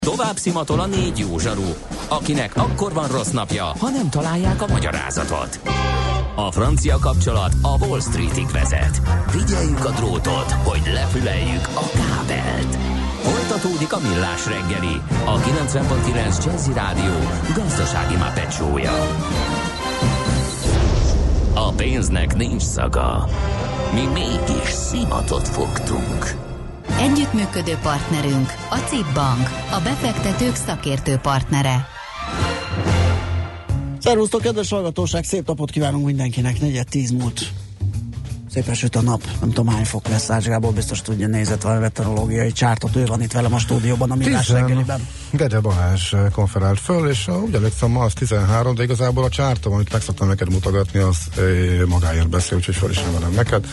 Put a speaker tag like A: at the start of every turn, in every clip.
A: Tovább szimatol a 4 jó zsaru, akinek akkor van rossz napja, ha nem találják a magyarázatot. A francia kapcsolat a Wall Streetig vezet. Figyeljük a drótot, hogy lefüleljük a kábelt. Folytatódik a Millás reggeli, a 90.9 Jazzy Rádió gazdasági mápecsója. A pénznek nincs szaga, mi mégis szimatot fogtunk.
B: Együttműködő partnerünk a CIP Bank, a befektetők szakértő partnere.
C: Szervusztok, kedves hallgatóság, szép napot kívánunk mindenkinek, 4:10 múlt. Szépen süt a nap, nem tudom hány fok lesz, Ács Gábor biztos tudja, nézett valami meteorológiai csártot, ő van itt velem a stúdióban, a Millás reggeliben.
D: Gede Balázs konferált föl, és úgy emlékszem, ma az 13, de igazából a csártom, amit meg szoktam neked mutogatni, az magáért beszél, úgyhogy föl is emelem neked.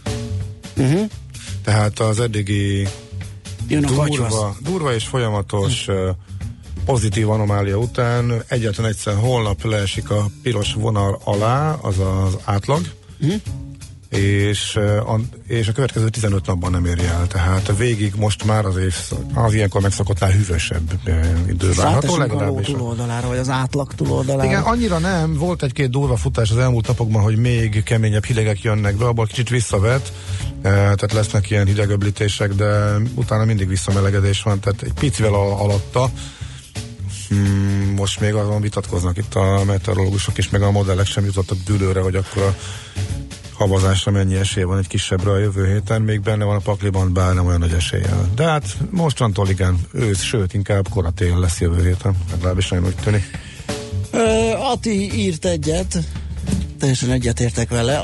D: Tehát az eddigi durva és folyamatos pozitív anomália után egyetlen egyszer holnap leesik a piros vonal alá, az az átlag, és a következő 15 napban nem érje el. Tehát végig most már az ilyenkor megszokottnál hűvösebb idő várható.
C: Legalábbis a ló túloldalára, vagy az átlag túloldalára.
D: Igen, annyira nem. Volt egy-két durva futás az elmúlt napokban, hogy még keményebb hidegek jönnek be, abból kicsit visszavet, tehát lesznek ilyen hidegöblítések, de utána mindig visszamelegedés van, tehát egy picivel alatta. Most még azon vitatkoznak itt a meteorológusok is, meg a modellek sem jutottak dűlőre, hogy akkor a havazásra mennyi esély van egy kisebbre a jövő héten, még benne van a pakliban, bár nem olyan nagy eséllyel. De hát mostantól igen, ősz, sőt, inkább koratél lesz jövő héten, legalábbis nagyon úgy tűnik.
C: Ati írt egyet, teljesen egyetértek vele,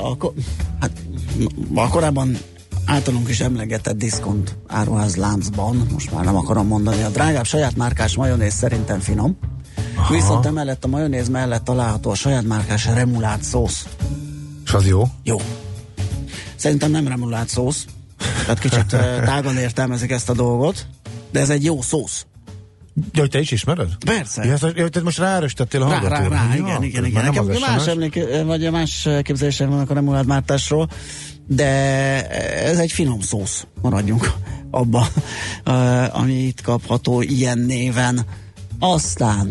C: a korábban általunk is emlegetett diszkont áruház láncban, most már nem akarom mondani, a drágább saját márkás majonéz szerintem finom. Aha. Viszont emellett a majonéz mellett található a saját márkás remulád szósz.
D: És az jó?
C: Jó. Szerintem nem remulád szósz, tehát kicsit tágan értelmezik ezt a dolgot, de ez egy jó szósz.
D: Ja, hogy te is ismered?
C: Persze.
D: Ja, te most ráerőstettél a hallgatóra.
C: Igen. Nekem más képzelésem vannak a remulád mártásról, de ez egy finom szósz. Maradjunk abba, ami itt kapható ilyen néven. Aztán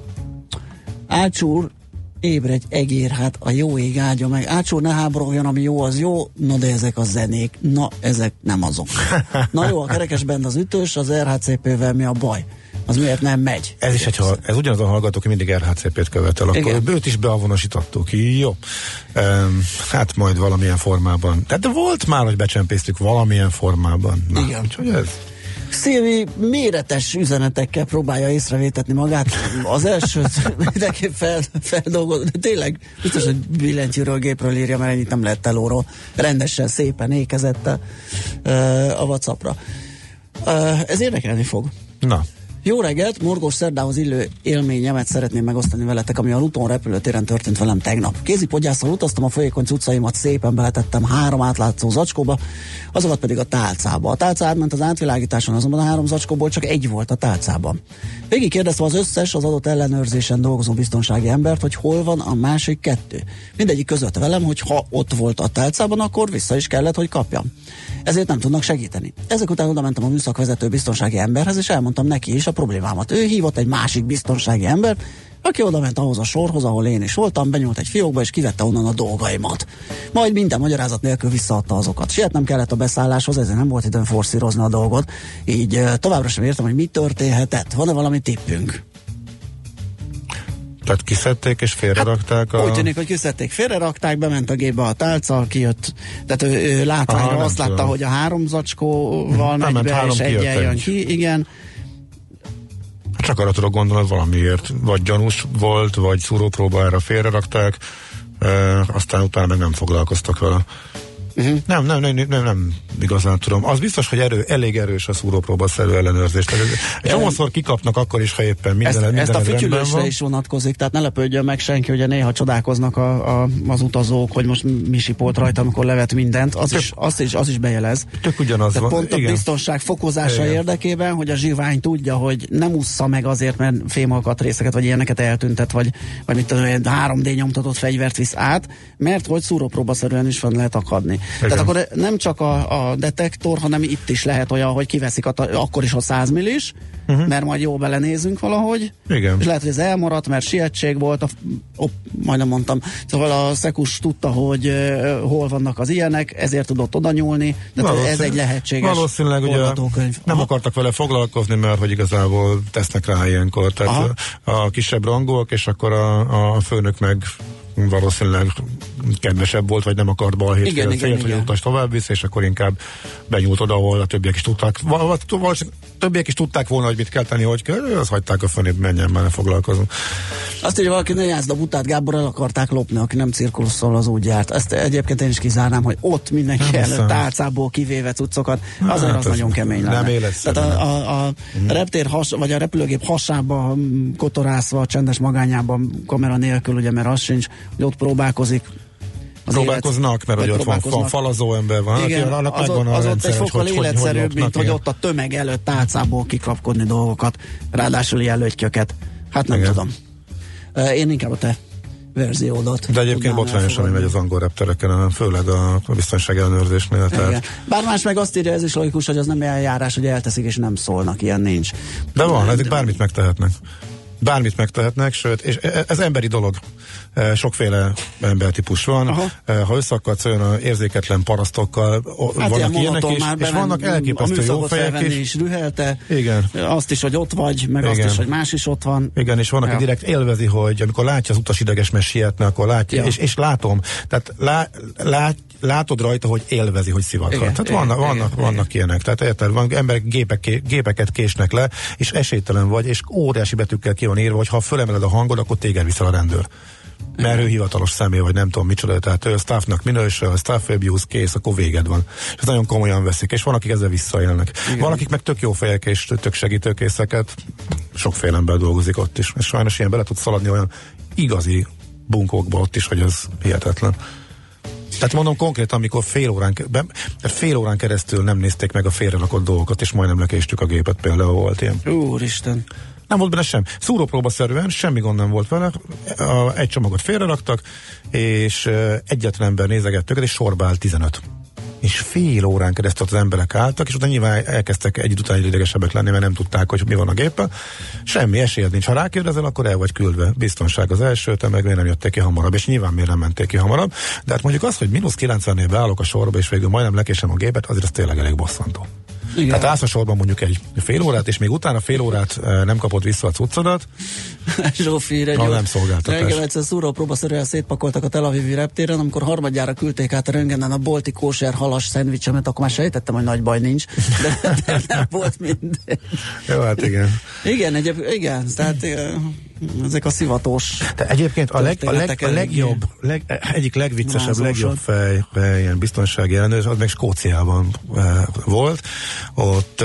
C: Ácsúr, ébredj, egér, hát a jó ég áldja meg. Ácsúr, ne háborogjon, ami jó, az jó. Na de ezek a zenék, na ezek nem azok. Na jó, a kerekes bend az ütős, az RHCP-vel mi a baj? Az miért nem megy?
D: Ez ugyanaz a hallgató, aki mindig RHCP-t követel, akkor őt is beavonosítottuk. Jó. Hát majd valamilyen formában. De volt már, hogy becsempésztük valamilyen formában. Na, igen. Úgyhogy ez...
C: Szilvi méretes üzenetekkel próbálja észrevétetni magát. Az első mindenképp feldolgozni. De tényleg biztos, hogy billentyűről, gépről írja, mert ennyit nem lehet telóról. Rendesen, szépen ékezette a WhatsAppra. Ez érdekelni fog.
D: Na.
C: Jó reggelt, morgós szerdához illő élményemet szeretném megosztani veletek, ami a Luton repülőtéren történt velem tegnap. Kézipodgyásszal utaztam, a folyékony cuccaimat szépen beletettem 3 átlátszó zacskóba, azokat pedig a tálcába. A tálca átment az átvilágításon, azonban a 3 zacskóból csak 1 volt a tálcában. Végig kérdezve az összes az adott ellenőrzésen dolgozó biztonsági embert, hogy hol van a másik 2. Mindegyik között velem, hogy ha ott volt a tálcában, akkor vissza is kellett, hogy kapjam. Ezért nem tudnak segíteni. Ezek után oda mentem a műszakvezető biztonsági emberhez, és elmondtam neki is a problémámat. Ő hívott egy másik biztonsági embert, aki oda ment ahhoz a sorhoz, ahol én is voltam, benyúlt egy fiókba, és kivette onnan a dolgaimat. Majd minden magyarázat nélkül visszaadta azokat. Sietnem kellett a beszálláshoz, ezért nem volt időm forszírozni a dolgot. Így továbbra sem értem, hogy mi történhetett. Van-e valami tippünk?
D: Tehát kiszedték és félrerakták
C: hát, úgy tűnik, hogy kiszedték, félrerakták, bement a gépbe a tálca, kijött, tehát ő látványra azt látta, hogy a 3 zacskóval megy be, és egyen jön ki, igen.
D: Csak arra tudok gondolni, hogy valamiért vagy gyanús volt, vagy szúrópróbára félrerakták, aztán utána meg nem foglalkoztak vele. Nem igazán tudom. Az biztos, hogy elég erős a szúrópróbaszerű ellenőrzés. Csomószor kikapnak akkor is, ha éppen minden
C: ezt a fütyülésre is vonatkozik, tehát ne lepődjön meg senki, ugye néha csodálkoznak az utazók, hogy most mi sipolt rajta, amikor levet mindent, az is bejelez.
D: Tök ugyanaz van.
C: Pont a biztonság fokozása érdekében, hogy a zsivány tudja, hogy nem ússza meg azért, mert fémalkatrészeket, vagy ilyeneket eltüntet, vagy mit tudom, 3D nyomtatott fegyvert visz át, mert hogy szúrópróbaszerűen is van lehet akadni. Tehát akkor nem csak a detektor, hanem itt is lehet olyan, hogy kiveszik akkor is a 100 millis, mert majd jól belenézünk valahogy.
D: Igen.
C: És lehet, hogy ez elmaradt, mert sietség volt, majdnem mondtam, szóval a szekus tudta, hogy hol vannak az ilyenek, ezért tudott oda nyúlni, de ez egy lehetséges
D: valószínűleg ugye nem akartak vele foglalkozni, mert hogy igazából tesznek rá ilyenkor, tehát a kisebb rangok, és akkor a főnök meg valószínűleg kedvesebb volt, vagy nem akart balhét, félt, hogy utas tovább visz, és akkor inkább benyúlt oda, ahol a többiek is tudták, többiek is tudták volna, hogy mit kell tenni, hogy kell, azt hagyták a fönét, menjen, már ne foglalkozunk.
C: Azt írja valaki, ne játszd a butát, Gábor, el akarták lopni, aki nem cirkuszol, az úgy járt. Ezt egyébként én is kizárnám, hogy ott mindenki előtt tálcából kivéve cuccokat, azért az nagyon kemény lenne.
D: Nem életszerű.
C: Tehát a reptér vagy a repülőgép hasába kotorászva, csendes magányában, kamera nélkül, ugye, mert az sincs, hogy ott próbálkozik.
D: Próbálkoznak, mert hogy ott van falazó ember van.
C: Igen, az ott egy fokkal életszerűbb, mint hogy ott a tömeg előtt tálcából kikapkodni dolgokat, ráadásul ilyen lötyköket. Hát nem tudom. Én inkább a te verziódat.
D: De egyébként botrányos, ami megy az angol reptereken, főleg a biztonság ellenőrzés miatt.
C: Bár más meg azt írja, ez is logikus, hogy az nem eljárás, hogy elteszik és nem szólnak, ilyen nincs.
D: De van, ezek bármit megtehetnek. Bármit megtehetnek, sőt, és ez emberi dolog. Sokféle embertípus van. Ha összeakadsz olyan érzéketlen parasztokkal, hát vannak ilyenek is, és vannak elképesztő jó fejek
C: is. Rühelte,
D: igen.
C: Azt is, hogy ott vagy, meg igen. Azt is, hogy más is ott van.
D: Igen, és vannak, aki direkt élvezi, hogy amikor látja az utasideges, mert sietne, akkor látja, és látom. Tehát látod rajta, hogy élvezi, hogy szivathat. Tehát vannak ilyenek. Tehát érted, emberek gépeket késnek le, és esélytelen vagy, és óriási betűkkel ki van írva, hogy ha fölemeled a hangod, akkor téged viszel a rendőr. Mert ő hivatalos személy, vagy nem tudom micsoda, tehát ő staffnak minősül, staff abuse, kész, akkor véged van. És ezt nagyon komolyan veszik, és van, akik ezzel visszaélnek. Van, akik meg tök jó fejek és tök segítőkészeket, sokféle ember dolgozik ott is. És sajnos ilyen bele tud szaladni olyan igazi bunkókba ott is, hogy ez hihetetlen. Tehát mondom konkrétan, amikor fél órán keresztül nem nézték meg a félrerakott dolgokat, és majdnem lekéstük a gépet, például volt ilyen.
C: Úristen!
D: Nem volt benne sem. Szúrópróbaszerűen semmi gond nem volt vele. Egy csomagot félreraktak, és egyetlen ember nézegett őket, és sorba állt 15. És fél órán keresztül az emberek álltak, és utána nyilván elkezdtek egy után egyre idegesebbek lenni, mert nem tudták, hogy mi van a géppel. Semmi esélyed nincs. Ha rákérdezel, akkor el vagy küldve. Biztonság az első, te meg miért nem jötték ki hamarabb, és nyilván miért nem menték ki hamarabb. De hát mondjuk az, hogy -90-nél beállok a sorba, és végül majdnem lekésem a gépet, azért az tényleg elég bosszantó. Igen. Tehát állsz a sorban mondjuk egy fél órát, és még utána fél órát nem kapod vissza a cuccodat.
C: Zsófi,
D: nem szolgáltatás.
C: Reggel egyszer szúrópróbaszerűen szétpakoltak a Tel Avivi reptéren, amikor harmadjára küldték át a röntgenen a bolti kóser halas szendvicsemet, akkor már sejtettem, hogy nagy baj nincs, de nem volt minden.
D: Jó, hát igen.
C: Igen, tehát ezek a szivatós.
D: De egyébként a legjobb, egyik legviccesebb, legjobb fej ilyen biztonsági ellenőrzés, az meg Skóciában volt. Ott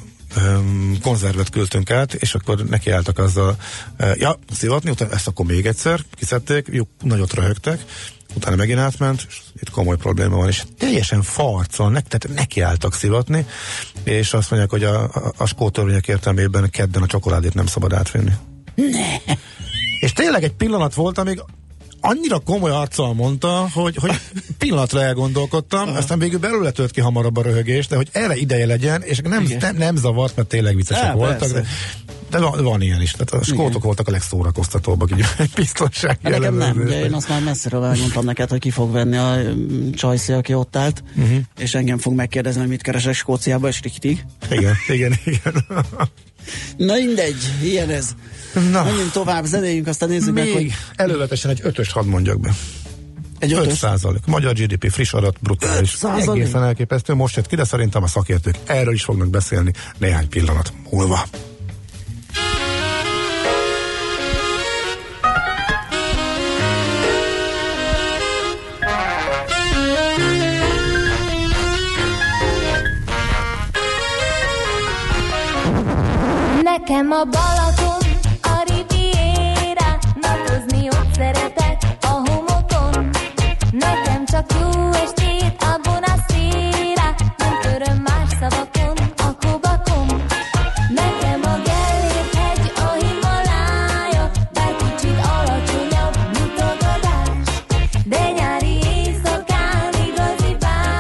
D: konzervet küldtünk át, és akkor nekiálltak azzal, szivatni, utána ezt akkor még egyszer kiszedték, nagyot röhögtek, utána megint átment, és itt komoly probléma van, és teljesen farcon, tehát nekiálltak szivatni, és azt mondják, hogy a skót törvények értelmében kedden a csokoládét nem szabad átvinni.
C: Ne.
D: És tényleg egy pillanat volt, amíg annyira komoly arccal mondta, hogy pillanatra elgondolkodtam, aztán végül belőle tört ki hamarabb a röhögés, de hogy erre ideje legyen, és nem zavart, mert tényleg viccesek voltak, de van ilyen is. Tehát a skótok voltak a legszórakoztatóbbak, így biztonsági
C: nekem nem, ugye én azt már messziről elmondtam neked, hogy ki fog venni a csajszé, aki ott állt, és engem fog megkérdezni, hogy mit keresek Skóciába, és riktig.
D: Igen.
C: Na mindegy, ilyen ez. Menjünk tovább, zenéljünk, aztán nézzük meg, hogy...
D: Előzetesen egy 5-öst hadd mondjak be.
C: Egy
D: 5%. Magyar GDP, friss adat, brutális. Egészen elképesztő. Most jött ki, de szerintem a szakértők erről is fognak beszélni néhány pillanat múlva.
E: Nekem a Balaton, a Riviera, napozni ott szeretek a homokon. Nekem csak jó estét a Bonacera, nem töröm más szavakon a Kobakon. Nekem a Gellért-hegy, a Himalája, bár kicsit alacsonyabb, mint a Gadás. De nyári éjszakán igazi bár.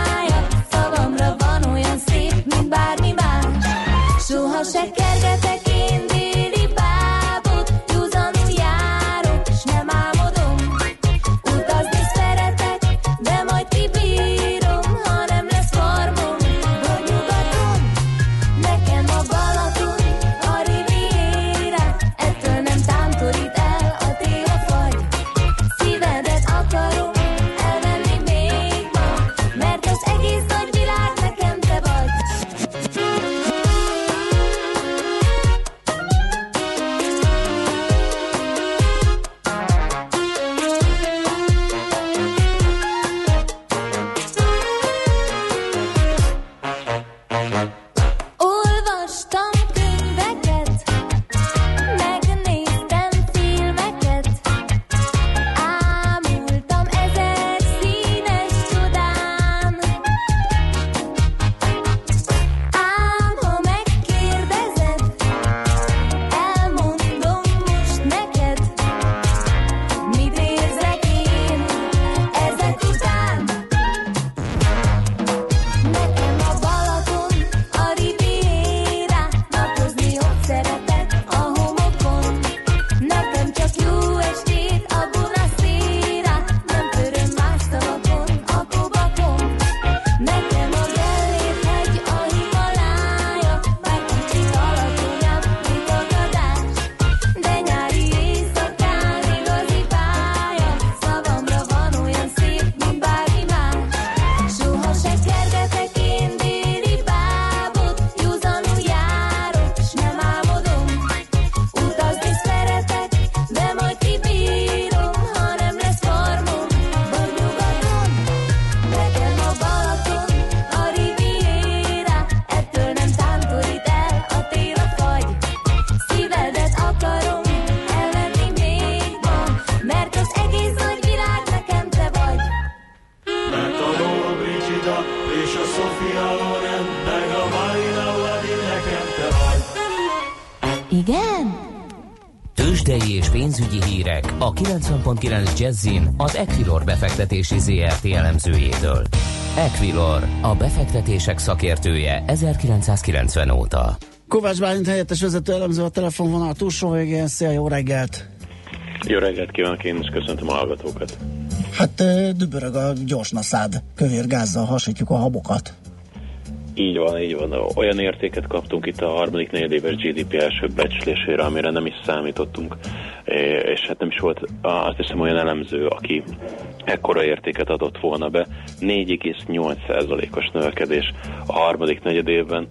E: Igen?
A: Tőzsdei és pénzügyi hírek a 90.9 Jazzin az Equilor befektetési ZRT elemzőjétől. Equilor, a befektetések szakértője 1990 óta.
C: Kovács Bálint helyettes vezető elemző a telefonvonal túlsó végén. Szia, jó reggelt!
F: Jó reggelt kívánok, én is köszöntöm a hallgatókat.
C: Hát dübörög a gyorsnaszád, kövér gázzal hasítjuk a habokat.
F: Így van. Olyan értéket kaptunk itt a harmadik negyedéves GDP első becslésére, amire nem is számítottunk, és hát nem is volt, azt hiszem, olyan elemző, aki ekkora értéket adott volna be. 4,8%-os növekedés a harmadik negyedévben,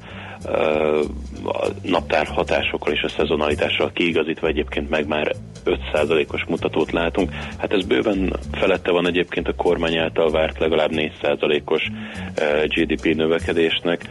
F: a naptár hatásokkal és a szezonalitással kiigazítva egyébként meg már 5%-os mutatót látunk. Hát ez bőven felette van egyébként a kormány által várt legalább 4%-os GDP növekedésnek,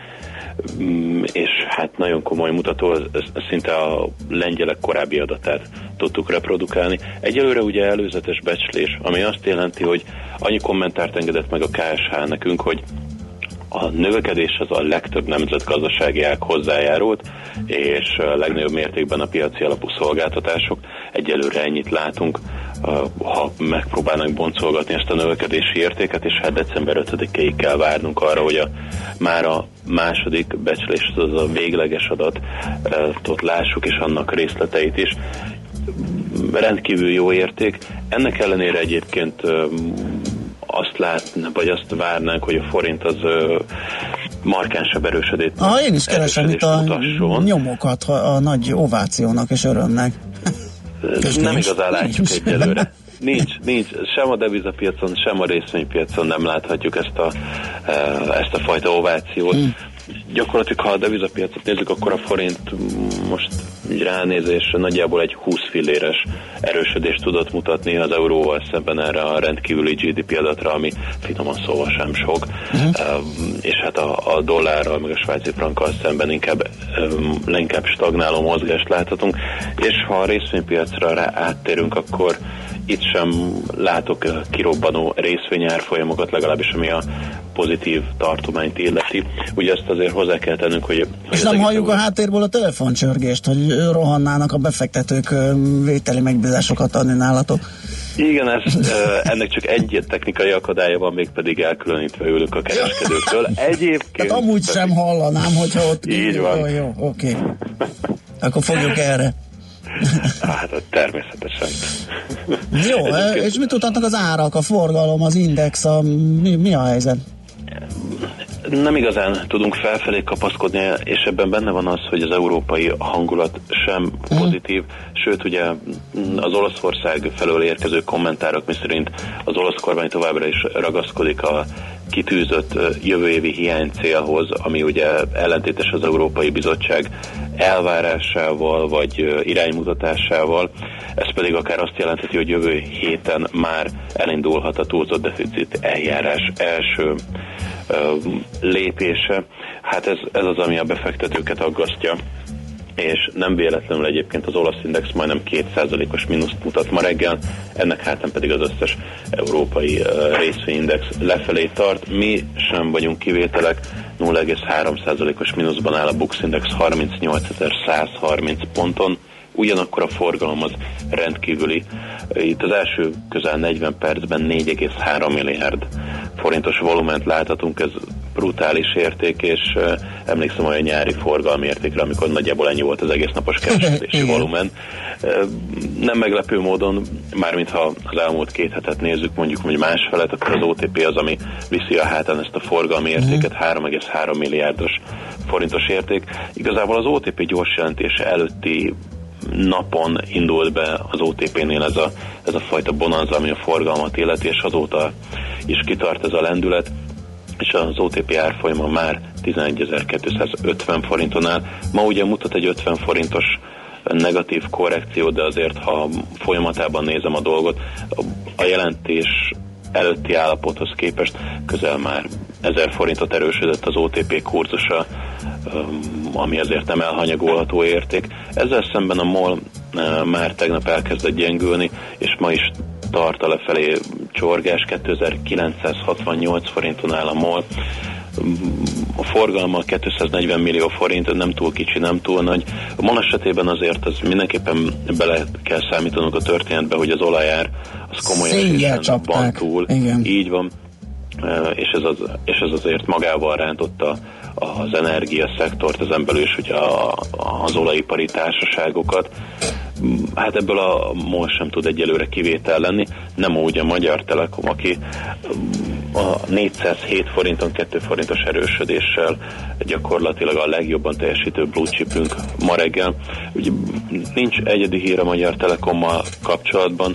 F: és hát nagyon komoly mutató, ez szinte a lengyelek korábbi adatát tudtuk reprodukálni. Egyelőre ugye előzetes becslés, ami azt jelenti, hogy annyi kommentárt engedett meg a KSH nekünk, hogy a növekedéshez a legtöbb nemzetgazdasági ág hozzájárult, és a legnagyobb mértékben a piaci alapú szolgáltatások. Egyelőre ennyit látunk, ha megpróbálnak boncolgatni ezt a növekedési értéket, és hát december 5-ig kell várnunk arra, hogy már a második becslés, az a végleges adatot lássuk, és annak részleteit is. Rendkívül jó érték. Ennek ellenére egyébként azt látnánk, vagy azt várnánk, hogy a forint az markánsabb erősödést.
C: Én is keresem itt a nyomokat a nagy ovációnak és örömnek.
F: Nem igazán látjuk egyelőre. Nincs. Sem a devizapiacon, sem a részvénypiacon nem láthatjuk ezt a fajta ovációt. Gyakorlatilag, ha a devizapiacot nézzük, akkor a forint most ránézésre nagyjából egy 20 filléres erősödést tudott mutatni az euróval szemben erre a rendkívüli GDP adatra, ami finoman szóval sem sok, és hát a dollárral, meg a svájci frankkal szemben inkább stagnáló mozgást láthatunk, és ha a részvénypiacra áttérünk, akkor itt sem látok kirobbanó részvényárfolyamokat, legalábbis ami a pozitív tartományt illeti. Ugye ezt azért hozzá kell tennünk, hogy
C: és nem halljuk a háttérből a telefoncsörgést, hogy rohannának a befektetők vételi megbízásokat adni nálatok.
F: Igen, ennek csak egy technikai akadálya van, mégpedig elkülönítve ülünk a kereskedőktől. Egyébként...
C: Hát amúgy sem hallanám, hogyha ott...
F: Így van.
C: Jó, oké. Akkor fogjuk erre.
F: Hát természetesen.
C: Jó, és mit tudhatnak az árak, a forgalom, az index, mi a helyzet?
F: Nem igazán tudunk felfelé kapaszkodni, és ebben benne van az, hogy az európai hangulat sem pozitív, sőt ugye az Olaszország felől érkező kommentárok miszerint az olasz kormány továbbra is ragaszkodik a kitűzött jövő évi hiánycélhoz, ami ugye ellentétes az Európai Bizottság elvárásával vagy iránymutatásával. Ez pedig akár azt jelentheti, hogy jövő héten már elindulhat a túlzott deficit eljárás első lépése. Hát ez az, ami a befektetőket aggasztja, és nem véletlenül egyébként az olasz index majdnem 2%-os mínuszt mutat ma reggel, ennek hátán pedig az összes európai részvényindex lefelé tart. Mi sem vagyunk kivételek, 0,3%-os mínuszban áll a Bux Index 38.130 ponton, ugyanakkor a forgalom az rendkívüli. Itt az első közel 40 percben 4,3 milliárd forintos volument láthatunk, ez brutális érték, és emlékszem olyan nyári forgalmi értékre, amikor nagyjából ennyi volt az egész napos kereskedési volumen. Nem meglepő módon, mármint ha az elmúlt 2 hetet nézzük, mondjuk hogy másfelet, akkor az OTP az, ami viszi a hátán ezt a forgalmi értéket, 3,3 milliárdos forintos érték. Igazából az OTP gyors jelentése előtti napon indult be az OTP-nél ez a fajta bonanza, ami a forgalmat illeti, és azóta is kitart ez a lendület, és az OTP árfolyama már 11.250 forinton áll. Ma ugye mutat egy 50 forintos negatív korrekció, de azért, ha folyamatában nézem a dolgot, a jelentés előtti állapothoz képest közel már 1000 forintot erősödött az OTP kurzusa, ami azért nem elhanyagolható érték. Ezzel szemben a MOL már tegnap elkezdett gyengülni, és ma is tart a lefelé csorgás, 2968 forinton áll a MOL. A forgalma 240 millió forint, nem túl kicsi, nem túl nagy. A MOL esetében azért az mindenképpen bele kell számítanunk a történetbe, hogy az olajár az komolyan van túl. Igen. Így van. És ez azért magával rántotta az energiaszektort, ezen belül is ugye az olajipari társaságokat. Hát ebből a MOL sem tud egyelőre kivétel lenni, nem úgy a Magyar Telekom, aki a 407 forinton 2 forintos erősödéssel gyakorlatilag a legjobban teljesítő blue chipünk ma reggel. Ugye nincs egyedi hír a Magyar Telekommal kapcsolatban,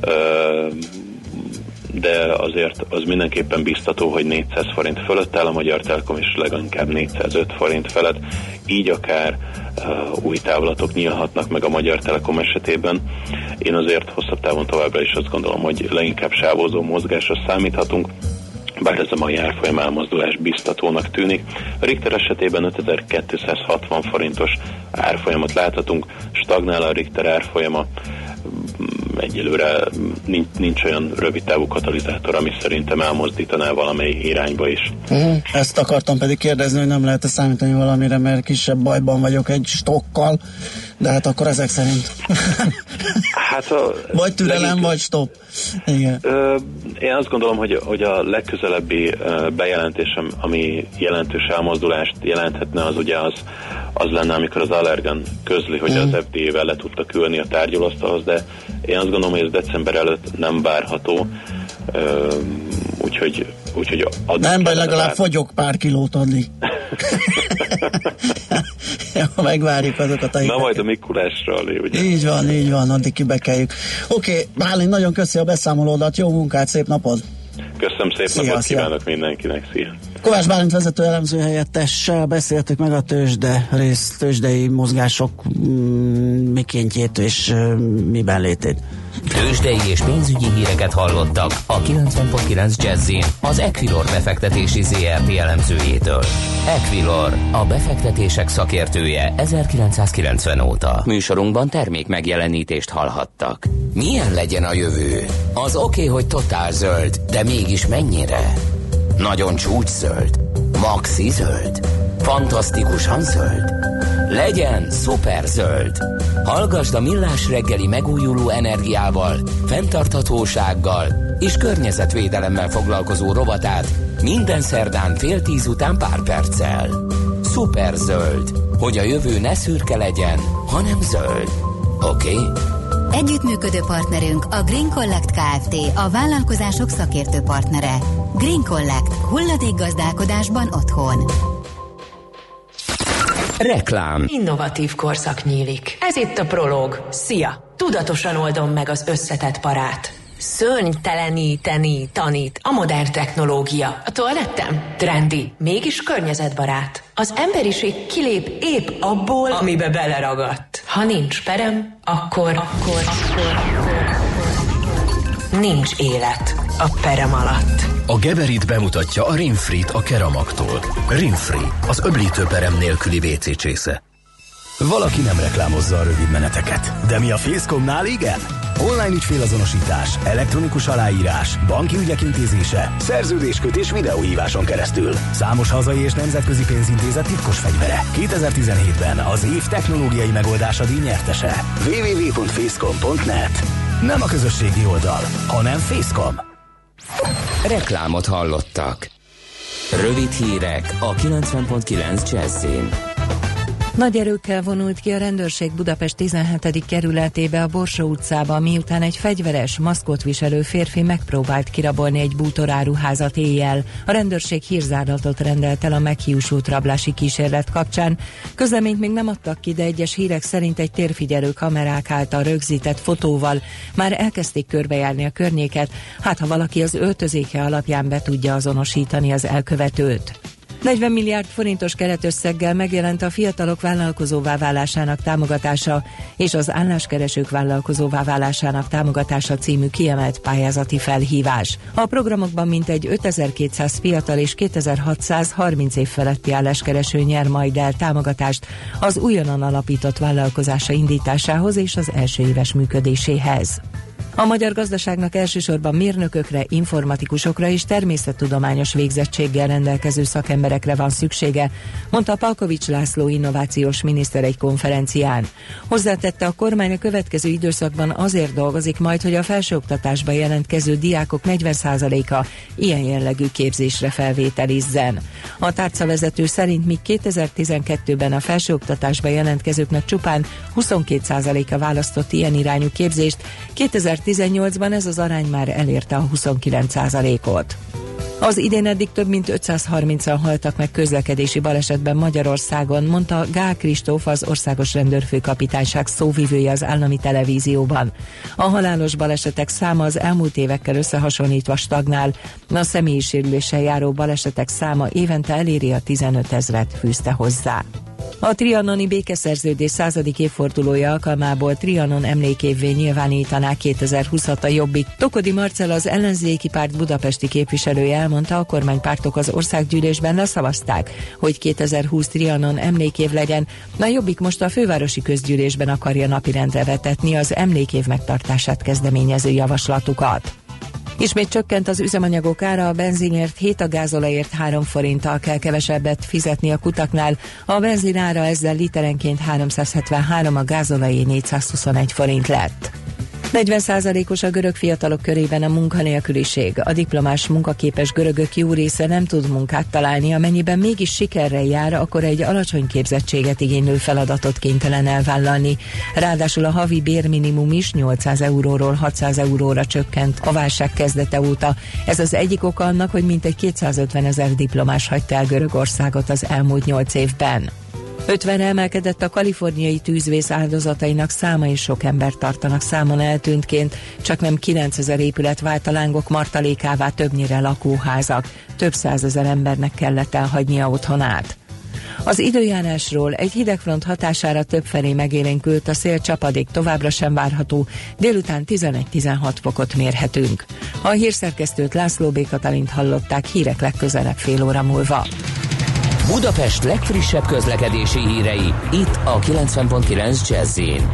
F: de azért az mindenképpen biztató, hogy 400 forint fölött áll a Magyar Telekom, és leginkább 405 forint felett. Így akár új távlatok nyílhatnak meg a Magyar Telekom esetében. Én azért hosszabb távon továbbra is azt gondolom, hogy leginkább sávozó mozgásra számíthatunk, bár ez a mai árfolyam elmozdulás biztatónak tűnik. A Richter esetében 5260 forintos árfolyamot láthatunk, stagnál a Richter árfolyama, egyelőre nincs olyan rövidtávú katalizátor, ami szerintem elmozdítaná valamely irányba is.
C: Ezt akartam pedig kérdezni, hogy nem lehet számítani valamire, mert kisebb bajban vagyok egy stokkal, de hát akkor ezek szerint
F: hát
C: vagy türelem, vagy stop. Igen.
F: Én azt gondolom, hogy a legközelebbi bejelentésem, ami jelentős elmozdulást jelenthetne, az ugye az lenne, amikor az Allergan közli, hogy az FDA-vel le tudtak ülni a tárgyalóasztalhoz, de én azt gondolom, hogy ez december előtt nem várható, úgyhogy
C: nem baj, legalább fogyok pár kilót adni. Ja, megvárjuk azokat a
F: hiteket. Na majd a Mikulásra, ugye?
C: Így van, addig kibekeljük. Oké, Bálint, nagyon köszi a beszámolódat, jó munkát, szép napod!
F: Köszönöm, szép napot kívánok mindenkinek, szia!
C: Kovács Bálint vezető elemző helyettessel beszéltük meg a tőzsdei mozgások mikéntjét és miben létét.
A: Tőzsdei és pénzügyi híreket hallottak a 90.9 Jazzin az Equilor befektetési ZRT elemzőjétől. Equilor, a befektetések szakértője 1990 óta. Műsorunkban termék megjelenítést hallhattak. Milyen legyen a jövő? Az oké, hogy totál zöld, de mégis mennyire? Nagyon csúcszöld? Maxi zöld? Fantasztikusan zöld? Legyen szuper zöld! Hallgasd a Millás reggeli megújuló energiával, fenntarthatósággal és környezetvédelemmel foglalkozó rovatát minden szerdán 9:30 után pár perccel. Szuper zöld, hogy a jövő ne szürke legyen, hanem zöld. Oké?
B: Együttműködő partnerünk a Green Collect Kft., a vállalkozások szakértő partnere. Green Collect. Hulladékgazdálkodásban otthon.
A: Reklám.
G: Innovatív korszak nyílik. Ez itt a Prolog. Szia! Tudatosan oldom meg az összetett parát. Szörnyteleníteni tanít a modern technológia. A toalettem trendi, mégis környezetbarát. Az emberiség kilép épp abból, amibe beleragadt. Ha nincs perem, akkor nincs élet a perem alatt.
H: A Geberit bemutatja a Rinfrit a Keramaktól. Rinfri, az öblítő perem nélküli WC csésze. Valaki nem reklámozza a rövid meneteket, de mi a Facecomnál igen? Online ügyfélazonosítás, elektronikus aláírás, banki ügyek intézése, szerződéskötés videóhíváson keresztül. Számos hazai és nemzetközi pénzintézet titkos fegyvere. 2017-ben az év technológiai megoldása díj nyertese. www.facecom.net. Nem a közösségi oldal, hanem Facecom.
A: Reklámot hallottak. Rövid hírek a 90.9 Jazzin.
I: Nagy erőkkel vonult ki a rendőrség Budapest 17. kerületébe a Borsó utcába, miután egy fegyveres, maszkot viselő férfi megpróbált kirabolni egy bútoráruházat éjjel. A rendőrség hírzáratot rendelt el a meghiúsult rablási kísérlet kapcsán. Közleményt még nem adtak ki, de egyes hírek szerint egy térfigyelő kamerák által rögzített fotóval már elkezdték körbejárni a környéket, hát ha valaki az öltözéke alapján be tudja azonosítani az elkövetőt. 40 milliárd forintos keretösszeggel megjelent a fiatalok vállalkozóvá válásának támogatása és az álláskeresők vállalkozóvá válásának támogatása című kiemelt pályázati felhívás. A programokban mintegy 5200 fiatal és 2600 30 év feletti álláskereső nyer majd el támogatást az újonnan alapított vállalkozása indításához és az első éves működéséhez. A magyar gazdaságnak elsősorban mérnökökre, informatikusokra és természettudományos végzettséggel rendelkező szakemberekre van szüksége, mondta Palkovics László innovációs miniszter egy konferencián. Hozzátette, a kormány a következő időszakban azért dolgozik majd, hogy a felsőoktatásba jelentkező diákok 40%-a ilyen jellegű képzésre felvételizzen. A tárcavezető szerint míg 2012-ben a felsőoktatásba jelentkezőknek csupán 22%-a választott ilyen irányú képzést, 2018-ban ez az arány már elérte a 29%-ot. Az idén eddig több mint 530-an haltak meg közlekedési balesetben Magyarországon, mondta Gál Kristóf, az Országos Rendőrfőkapitányság szóvivője az állami televízióban. A halálos balesetek száma az elmúlt évekkel összehasonlítva stagnál, a személyi sérüléssel járó balesetek száma évente eléri a 15 000-et, fűzte hozzá. A trianoni békeszerződés 100. évfordulója alkalmából Trianon emlékévvé nyilvánítaná 2020-at a Jobbik. Tokodi Marcell, az ellenzéki párt budapesti képviselője elmondta, a kormánypártok az országgyűlésben leszavazták, hogy 2020 Trianon emlékév legyen. A Jobbik most a fővárosi közgyűlésben akarja napirendre vetetni az emlékév megtartását kezdeményező javaslatukat. Ismét csökkent az üzemanyagok ára, a benzinért 7, a gázolajért 3 forinttal kell kevesebbet fizetni a kutaknál, a benzin ára ezzel literenként 373, a gázolajé 421 forint lett. 40%-os a görög fiatalok körében a munkanélküliség. A diplomás munkaképes görögök jó része nem tud munkát találni, amennyiben mégis sikerrel jár, akkor egy alacsony képzettséget igénylő feladatot kénytelen elvállalni. Ráadásul a havi bérminimum is 800 euróról 600 euróra csökkent a válság kezdete óta. Ez az egyik oka annak, hogy mintegy 250 000 diplomás hagyta el Görögországot az elmúlt 8 évben. 50-re emelkedett a kaliforniai tűzvész áldozatainak száma, és sok ember tartanak számon eltűntként. Csaknem 9000 épület vált a lángok martalékává, többnyire lakóházak. Több 100 000 embernek kellett elhagynia otthonát. Az időjárásról: egy hidegfront hatására többfelé megélénkült, a szél, csapadék továbbra sem várható, délután 11-16 fokot mérhetünk. A hírszerkesztőt, László B. Katalint hallották, hírek legközelebb fél óra múlva.
A: Budapest legfrissebb közlekedési hírei, itt a 90.9 Jazz-in.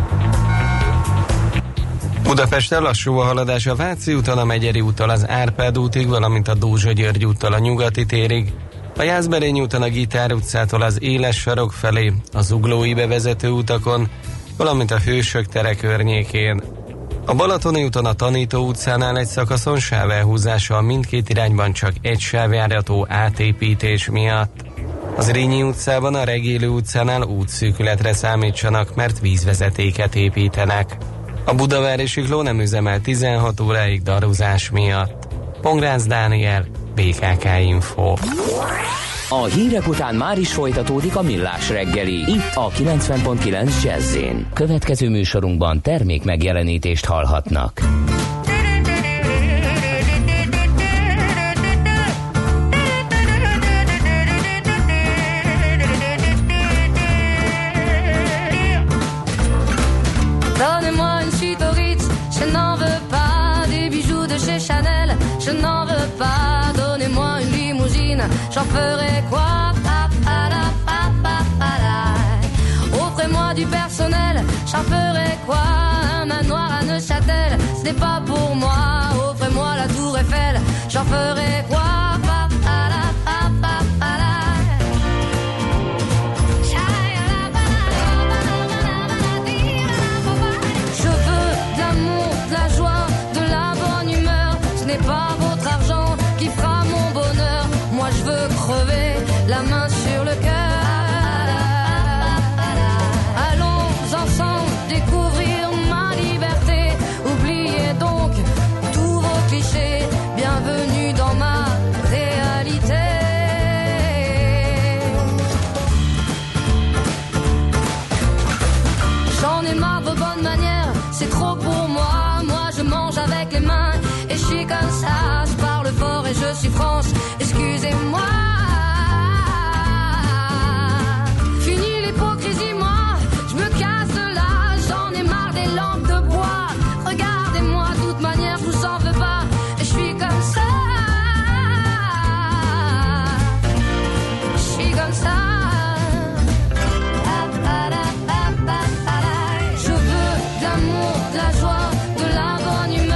J: Budapesten lassú a haladás a Váci úton, a Megyeri úttól az Árpád útig, valamint a Dózsa-György úttól a Nyugati térig, a Jászberény úton a Gitár utcától az Éles sarok felé, a Zuglói bevezető utakon, valamint a Hősök tere környékén. A Balatoni úton a Tanító utcánál egy szakaszon sávelhúzással mindkét irányban csak egy sávjárható átépítés miatt. Az Rényi utcában, a Regélő utcánál útszűkületre számítsanak, mert vízvezetéket építenek. A Budavári sikló nem üzemel 16 óráig daruzás miatt. Pongrácz Dániel, BKK Info.
A: A hírek után már is folytatódik a Millás reggeli, itt a 90.9 Jazz-in. Következő műsorunkban termék megjelenítést hallhatnak.
E: Donnez-moi une suite au Ritz, je n'en veux pas. Des bijoux de chez Chanel, je n'en veux pas. Donnez-moi une limousine, j'en ferai quoi? Offrez-moi du personnel, j'en ferai quoi? Un manoir à Neuchâtel, ce n'est pas pour moi. Offrez-moi la tour Eiffel, j'en ferai quoi? Pas votre argent qui fera mon bonheur. Moi je veux crever la main sur le cœur. Allons ensemble découvrir ma liberté. Oubliez donc tous vos clichés. Bienvenue dans ma réalité. J'en ai marre de vos bonnes manières, c'est trop pour moi. Moi je mange avec les mains. Je suis comme ça, je parle fort et je suis France, excusez-moi. Fini l'hypocrisie, moi, je me casse de là, j'en ai marre des lampes de bois. Regardez-moi, de toute manière, je vous en veux pas, je suis comme ça. Je suis comme ça. Je veux de l'amour, de la joie, de la bonne humeur.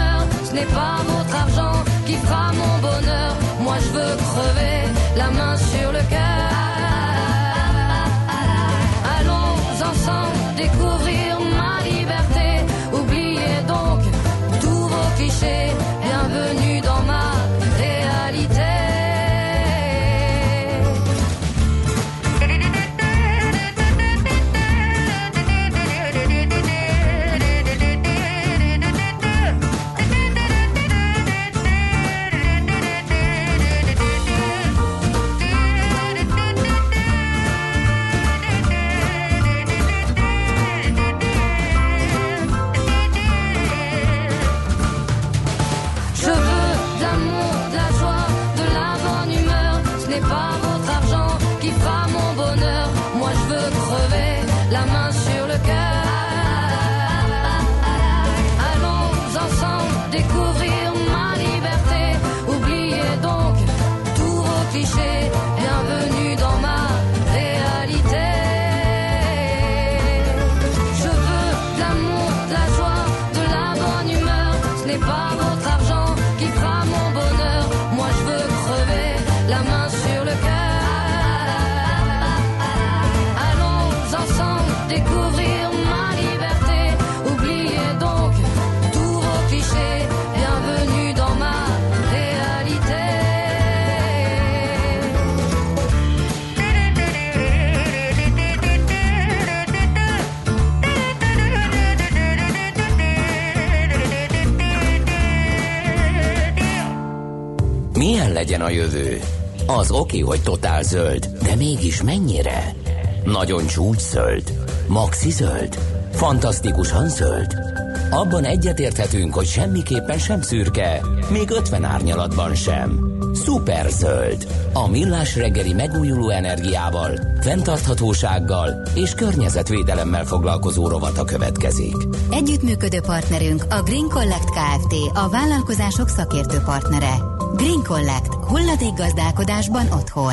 A: Milyen legyen a jövő? Az oké, hogy totál zöld, de mégis mennyire? Nagyon csúcszöld? Maxi zöld? Fantasztikusan zöld? Abban egyetérthetünk, hogy semmiképpen sem szürke, még 50 árnyalatban sem. Szuperzöld. A Millás reggeli megújuló energiával, fenntarthatósággal és környezetvédelemmel foglalkozó rovata következik.
B: Együttműködő partnerünk a Green Collect Kft. A vállalkozások szakértő partnere. Green Collect. Hulladékgazdálkodásban otthon.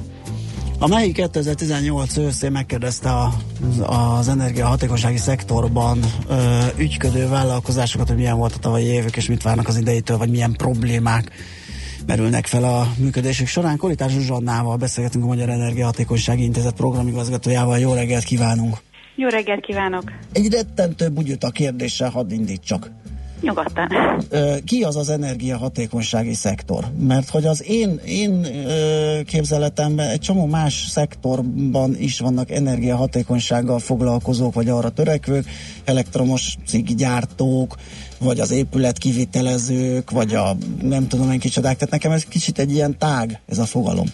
C: A MEI 2018 őszén megkérdezte az energiahatékonysági szektorban ügyködő vállalkozásokat, hogy milyen volt a tavalyi évük, és mit várnak az idejétől, vagy milyen problémák merülnek fel a működésük során. Kolitás Zsuzsannával beszélgetünk, a Magyar Energiahatékonysági Intézet programigazgatójával. Jó reggelt kívánunk!
K: Jó reggelt kívánok!
C: Egy rettentő bugyuta kérdéssel hadd indítsak.
K: Nyugodtan.
C: Ki az az energiahatékonysági szektor? Mert hogy az én képzeletemben egy csomó más szektorban is vannak energiahatékonysággal foglalkozók, vagy arra törekvők, elektromos cikkgyártók, vagy az épület kivitelezők, vagy a nem tudom én kicsodák. Tehát nekem ez kicsit egy ilyen tág, ez a fogalom.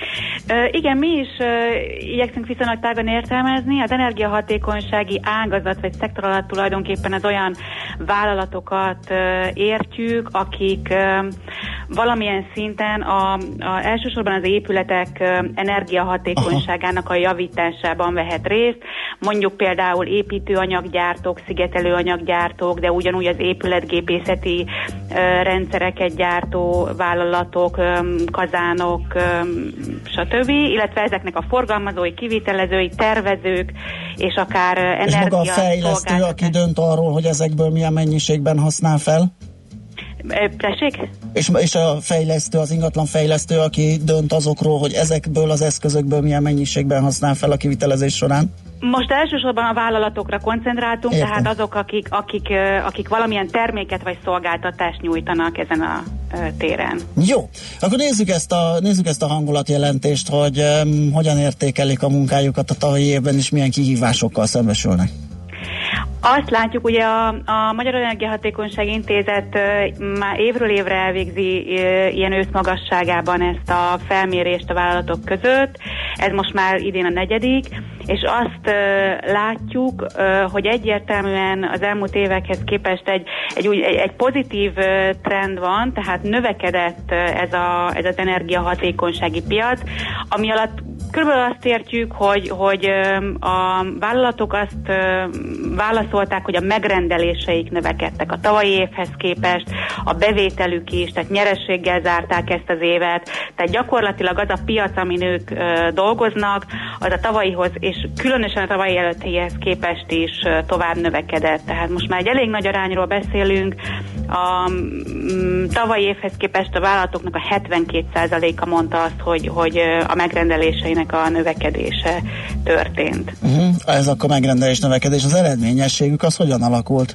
K: Igen, mi is igyekszünk viszonylag tágan értelmezni. Az energiahatékonysági ágazat vagy szektor alatt tulajdonképpen az olyan vállalatokat értjük, akik valamilyen szinten elsősorban az épületek energiahatékonyságának a javításában vehet részt. Mondjuk például építőanyaggyártók, szigetelőanyaggyártók, de ugyanúgy az épületgépészeti rendszereket gyártó vállalatok, kazánok, stb., illetve ezeknek a forgalmazói, kivitelezői, tervezők, és akár energiaszolgáltatások. És maga a fejlesztő, aki dönt arról, hogy ezekből milyen mennyiségben használ fel? Tessék?
C: És a fejlesztő, az ingatlan fejlesztő, aki dönt azokról, hogy ezekből az eszközökből milyen mennyiségben használ fel a kivitelezés során?
K: Most elsősorban a vállalatokra koncentráltunk, értem. Tehát azok, akik valamilyen terméket vagy szolgáltatást nyújtanak ezen a téren.
C: Jó, akkor nézzük ezt a hangulatjelentést, hogy hogyan értékelik a munkájukat a tavalyi évben, és milyen kihívásokkal szembesülnek.
K: Azt látjuk, ugye a Magyar Energiahatékonysági Intézet már évről évre elvégzi ilyen őszmagasságában ezt a felmérést a vállalatok között. Ez most már idén a 4., és azt látjuk, hogy egyértelműen az elmúlt évekhez képest egy pozitív trend van, tehát növekedett ez az energiahatékonysági piac, ami alatt körülbelül azt értjük, hogy a vállalatok azt válaszolták, hogy a megrendeléseik növekedtek a tavalyi évhez képest, a bevételük is, tehát nyereséggel zárták ezt az évet, tehát gyakorlatilag az a piac, amin ők dolgoznak, az a tavalyihoz, és különösen a tavalyi előttihez képest is tovább növekedett. Tehát most már egy elég nagy arányról beszélünk, a tavalyi évhez képest a vállalatoknak a 72%-a mondta azt, hogy a megrendeléseinek a növekedése történt.
C: Ez akkor megrendelés növekedés. Az eredményességük az hogyan alakult?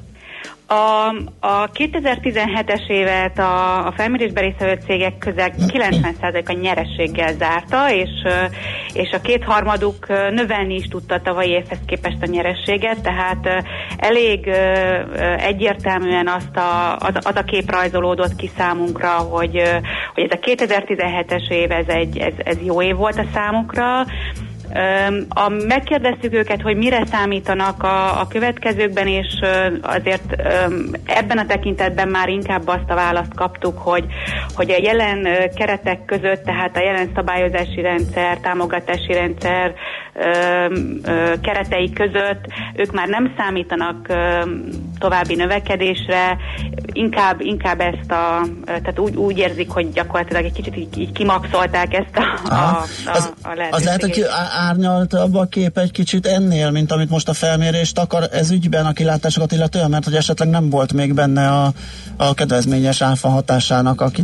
K: A 2017-es évet a felmérésben résztvevő cégek közel 90%-a nyereséggel zárta, és a kétharmaduk növelni is tudta a tavalyi évhez képest a nyerességet, tehát elég egyértelműen az a kép rajzolódott ki számunkra, hogy ez a 2017-es év ez jó év volt a számukra. Megkérdeztük őket, hogy mire számítanak a következőkben, és azért ebben a tekintetben már inkább azt a választ kaptuk, hogy a jelen keretek között, tehát a jelen szabályozási rendszer, támogatási rendszer keretei között ők már nem számítanak további növekedésre, inkább ezt tehát úgy érzik, hogy gyakorlatilag egy kicsit így kimaxolták ezt a lehetőséget.
C: Az lehet, hogy árnyaltabb a kép egy kicsit ennél, mint amit most a felmérést akar ez ügyben a kilátásokat illetően, mert hogy esetleg nem volt még benne a kedvezményes áfa hatásának a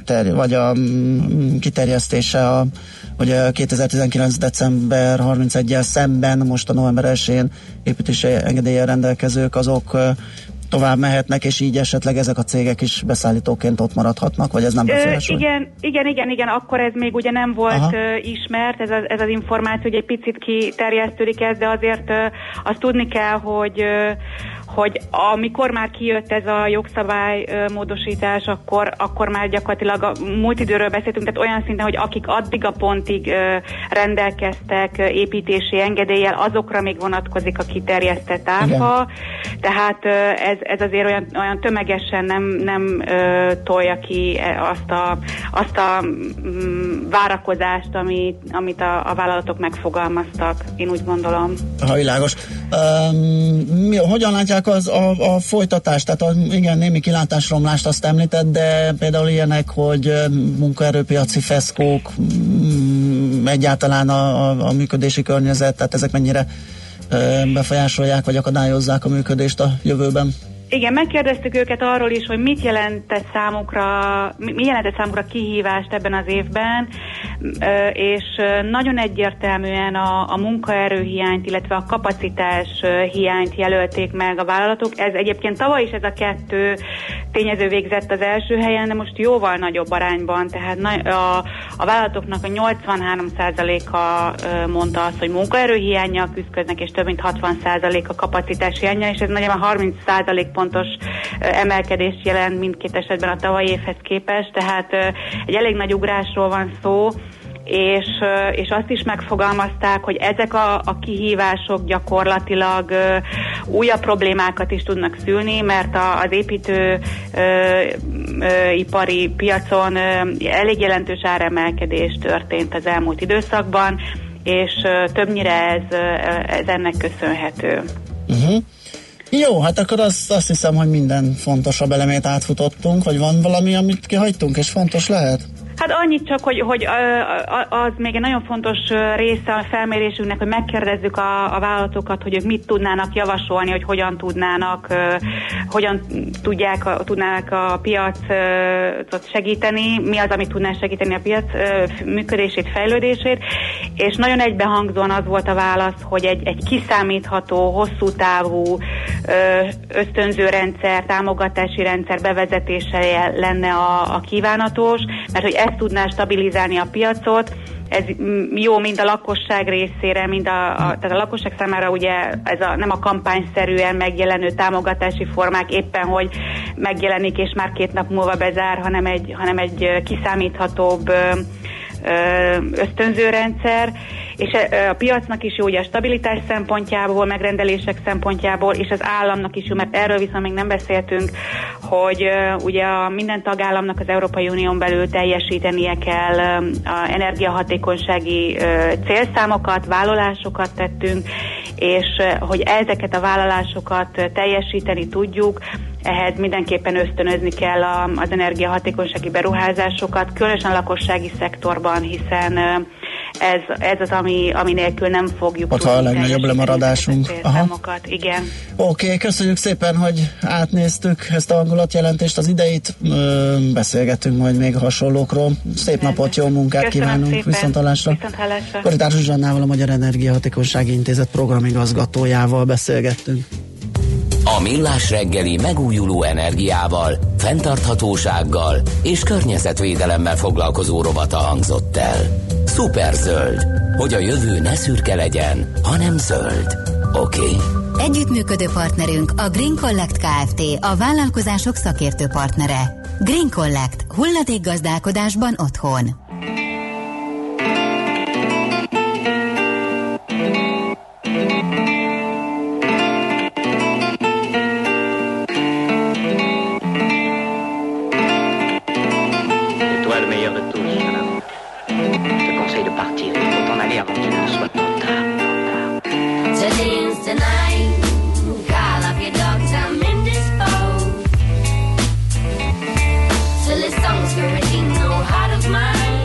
C: kiterjesztése, hogy 2019. december 31-jel szemben most a november 1-én építési engedéllyel rendelkezők azok tovább mehetnek, és így esetleg ezek a cégek is beszállítóként ott maradhatnak, vagy ez nem befolyásol?
K: Igen, akkor ez még ugye nem volt ismert, ez az információ, hogy egy picit kiterjesztődik ez, de azért azt tudni kell, hogy hogy amikor már kijött ez a jogszabály módosítás, akkor már gyakorlatilag a múlt időről beszéltünk, tehát olyan szinten, hogy akik addig a pontig rendelkeztek építési engedéllyel, azokra még vonatkozik a kiterjesztett áfa, tehát ez azért olyan tömegesen nem tolja ki azt a várakozást, amit a vállalatok megfogalmaztak, én úgy gondolom.
C: Ha világos. Hogyan látják a folytatást? Tehát igen, némi kilátásromlást azt említett, de például ilyenek, hogy munkaerőpiaci feszkók, egyáltalán a működési környezet, tehát ezek mennyire befolyásolják, vagy akadályozzák a működést a jövőben?
K: Igen, megkérdeztük őket arról is, hogy mi jelentett számukra kihívást ebben az évben, és nagyon egyértelműen a munkaerőhiányt, illetve a kapacitás hiányt jelölték meg a vállalatok. Ez egyébként tavaly is ez a kettő tényező végzett az első helyen, de most jóval nagyobb arányban, tehát a vállalatoknak a 83%-a mondta azt, hogy munkaerőhiánnyal küzdködnek, és több mint 60% a kapacitás hiánnyal, és ez nagyjából 30% pontos emelkedést jelent mindkét esetben a tavalyi évhez képest, tehát egy elég nagy ugrásról van szó, és azt is megfogalmazták, hogy ezek a kihívások gyakorlatilag újabb problémákat is tudnak szülni, mert az építőipari piacon elég jelentős áremelkedés történt az elmúlt időszakban, és többnyire ez ennek köszönhető.
C: Jó, hát akkor azt hiszem, hogy minden fontosabb elemét átfutottunk, vagy van valami, amit kihagytunk, és fontos lehet?
K: Hát annyit csak, hogy az még egy nagyon fontos része a felmérésünknek, hogy megkérdezzük a vállalatokat, hogy ők mit tudnának javasolni, hogy hogyan tudnának a piacot segíteni, mi az, amit tudná segíteni a piac működését, fejlődését, és nagyon egybehangzóan az volt a válasz, hogy egy kiszámítható, hosszú távú ösztönző rendszer, támogatási rendszer bevezetése lenne a kívánatos, mert hogy ezt tudná stabilizálni a piacot. Ez jó mind a lakosság részére, tehát a lakosság számára ugye ez nem a kampányszerűen megjelenő támogatási formák éppen, hogy megjelenik és már 2 nap múlva bezár, hanem egy kiszámíthatóbb ösztönző rendszer, és a piacnak is jó ugye a stabilitás szempontjából, megrendelések szempontjából, és az államnak is jó, mert erről viszont még nem beszéltünk, hogy ugye minden tagállamnak az Európai Unión belül teljesítenie kell a energiahatékonysági célszámokat, vállalásokat tettünk, és hogy ezeket a vállalásokat teljesíteni tudjuk, ehhez mindenképpen ösztönözni kell az energiahatékonysági beruházásokat, különösen a lakossági szektorban, hiszen ez az, ami nélkül nem fogjuk
C: tudni. Ott a legnagyobb lemaradásunk.
K: Igen.
C: Oké, köszönjük szépen, hogy átnéztük ezt a hangulatjelentést, az ideit, beszélgetünk majd még hasonlókról. Szép napot, jó munkát kívánunk, viszonthallásra. Koritár Zsuzsannával, a Magyar Energiahatékonysági Intézet programigazgatójával beszélgettünk.
A: A Millás reggeli megújuló energiával, fenntarthatósággal és környezetvédelemmel foglalkozó rovata hangzott el. Szuperzöld, hogy a jövő ne szürke legyen, hanem zöld. Oké?
B: Együttműködő partnerünk a Green Collect Kft., a vállalkozások szakértő partnere. Green Collect. Hulladékgazdálkodásban otthon.
E: Silly songs for a no heart of mine.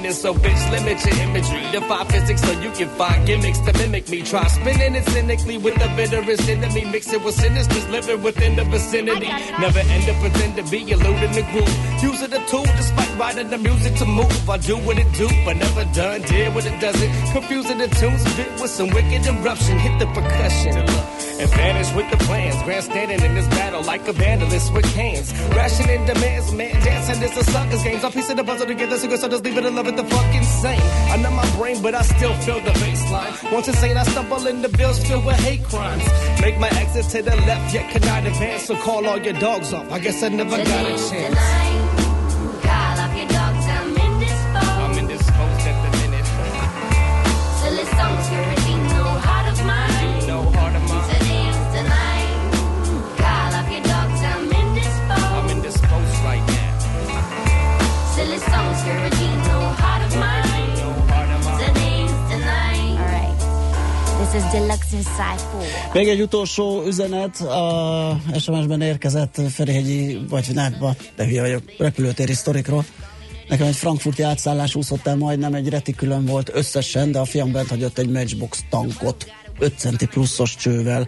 L: nigga, so bitch, limit your imagery. Defy physics so you can find gimmicks to mimic me. Try spinning it cynically with the bitterest enemy. Mix it with sinisters living within the vicinity. Never end up pretend to be eluding the groove. Use it a tool despite writing the music to move. I do what it do, but never done. Did what it doesn't. Confusing the tunes, bit with some wicked eruption. Hit the percussion and vanish with the plans. Grandstanding in this battle like a vandalist with cans. Rationing demands, man, dancing is a sucker's games. I'm piecing the puzzle together, so just leave it and love it the fucking same. I know my brain, but I still feel the baseline. Once insane, I stumble into bills filled with hate crimes. Make my exit to the left, yet could not advance. So call all your dogs off. I guess I never got a chance.
E: Call up your dogs, I'm indisposed.
L: I'm indisposed at the minute.
E: Silly songs, you're redeemed, no heart of mine.
L: No heart of mine.
E: Today's the night. Call up your dogs, I'm indisposed.
L: I'm indisposed right now.
E: Silly songs, you're redeemed, no heart of mine.
L: No heart of mine.
E: Today's the night. Alright. This is Deluxe Inside 4.
C: Még egy utolsó üzenet, a SMS-ben érkezett Ferihegyi, vagy nem, de hülye vagyok, repülőtéri sztorikról. Nekem egy frankfurti átszállás úszott el, majdnem egy retikülön volt összesen, de a fiam bent hagyott egy Matchbox tankot, 5 centi pluszos csővel.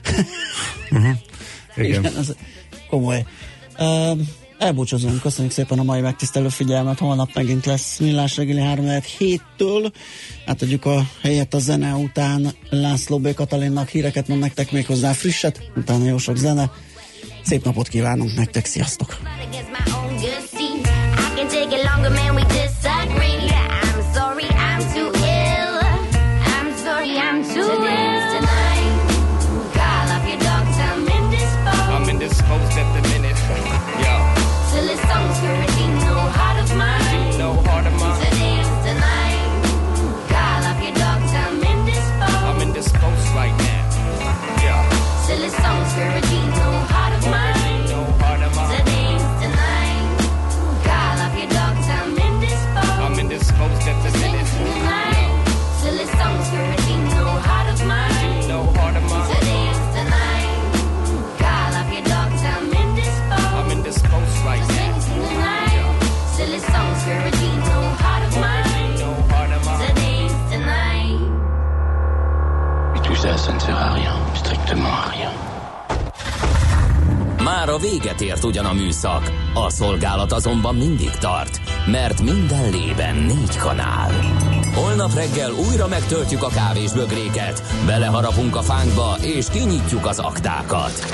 D: Igen.
C: Ez komoly. Elbúcsúzunk, köszönjük szépen a mai megtisztelő figyelmet, holnap megint lesz Millás reggeli 3-7-től. Átadjuk a helyet a zene után László B. Katalinnak, híreket mond nektek, méghozzá frisset, utána jó sok zene. Szép napot kívánunk nektek, sziasztok!
L: I'm indisposed at the minute. Yeah.
E: Silly songs, you're redeemed, no heart of mine.
L: No heart of mine.
E: Today's the night. Call up your dogs, I'm indisposed.
L: I'm indisposed right now. Yeah.
E: Silly songs, you're redeemed, no heart of mine.
L: No heart of mine.
E: Today's the night. Call up your dogs, I'm indisposed.
L: I'm indisposed at the minute.
E: Tonight. Silly songs, you're redeemed, no heart of mine.
L: No heart of mine.
E: Today's the night. Call up your dogs, I'm indisposed.
L: I'm indisposed right now.
E: Silly songs, you're redeemed, no heart of mine.
L: No heart of mine.
E: Today's the night.
M: Et tout ça, ça ne sert à rien, strictement à rien.
A: Már a véget ért ugyan a műszak, a szolgálat azonban mindig tart, mert minden lében 4 kanál. Holnap reggel újra megtöltjük a kávésbögréket, beleharapunk a fánkba és kinyitjuk az aktákat.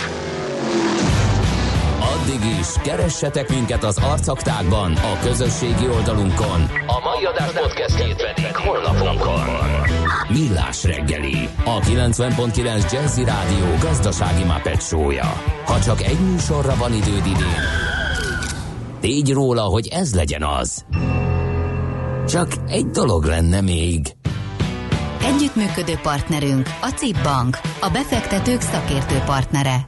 A: Addig is keressetek minket az arcaktákban, a közösségi oldalunkon. A mai adás podcastjét pedig honlapunkon. Millás reggeli, a 90.9 Jazzy Rádió gazdasági Muppet show-ja. Ha csak egy műsorra van időd idén, tégy róla, hogy ez legyen az. Csak egy dolog lenne még.
B: Együttműködő partnerünk a CIP Bank, a befektetők szakértő partnere.